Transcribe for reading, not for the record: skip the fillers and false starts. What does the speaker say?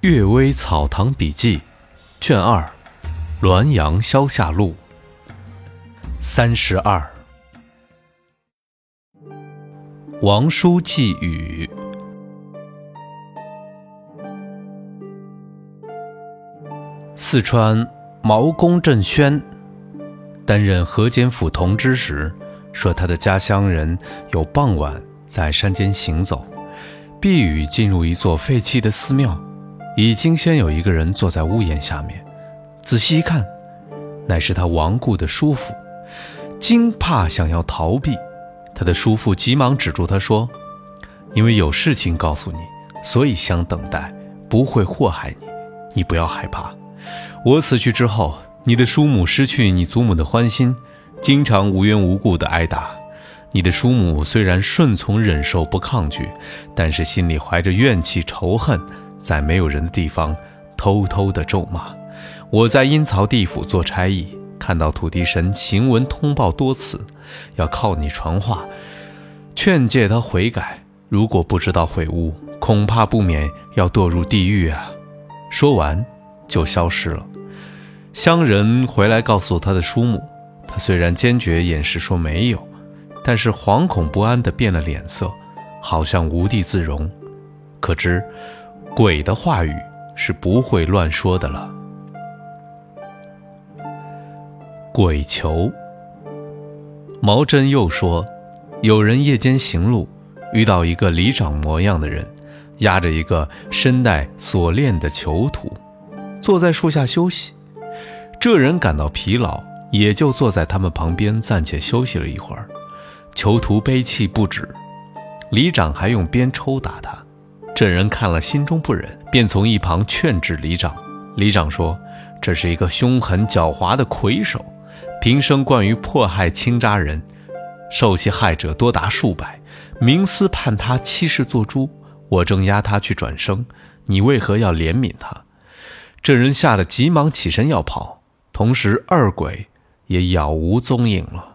岳微草堂笔记卷2滦阳消夏录32王叔寄语。四川毛公振轩担任河间府同知时，说他的家乡人有傍晚在山间行走，避雨进入一座废弃的寺庙，已经先有一个人坐在屋檐下面，仔细一看，乃是他亡故的叔父。惊怕想要逃避，他的叔父急忙止住他说，因为有事情告诉你，所以想等待，不会祸害你，你不要害怕。我死去之后，你的叔母失去你祖母的欢心，经常无缘无故的挨打。你的叔母虽然顺从忍受不抗拒，但是心里怀着怨气仇恨，在没有人的地方偷偷的咒骂。我在阴曹地府做差役，看到土地神行文通报多次，要靠你传话，劝诫他悔改，如果不知道悔悟，恐怕不免要堕入地狱啊。说完就消失了。乡人回来告诉他的叔母，他虽然坚决掩饰说没有，但是惶恐不安地变了脸色，好像无地自容。可知鬼的话语是不会乱说的了。鬼求。毛真又说，有人夜间行路，遇到一个里长模样的人，压着一个身带锁链的囚徒，坐在树下休息。这人感到疲劳，也就坐在他们旁边暂且休息了一会儿。囚徒悲泣不止，里长还用鞭抽打他。这人看了心中不忍，便从一旁劝制里长。里长说，这是一个凶狠狡猾的魁首，平生惯于迫害倾渣人，受其害者多达数百，冥司判他欺世作猪，我正押他去转生，你为何要怜悯他？这人吓得急忙起身要跑，同时二鬼也杳无踪影了。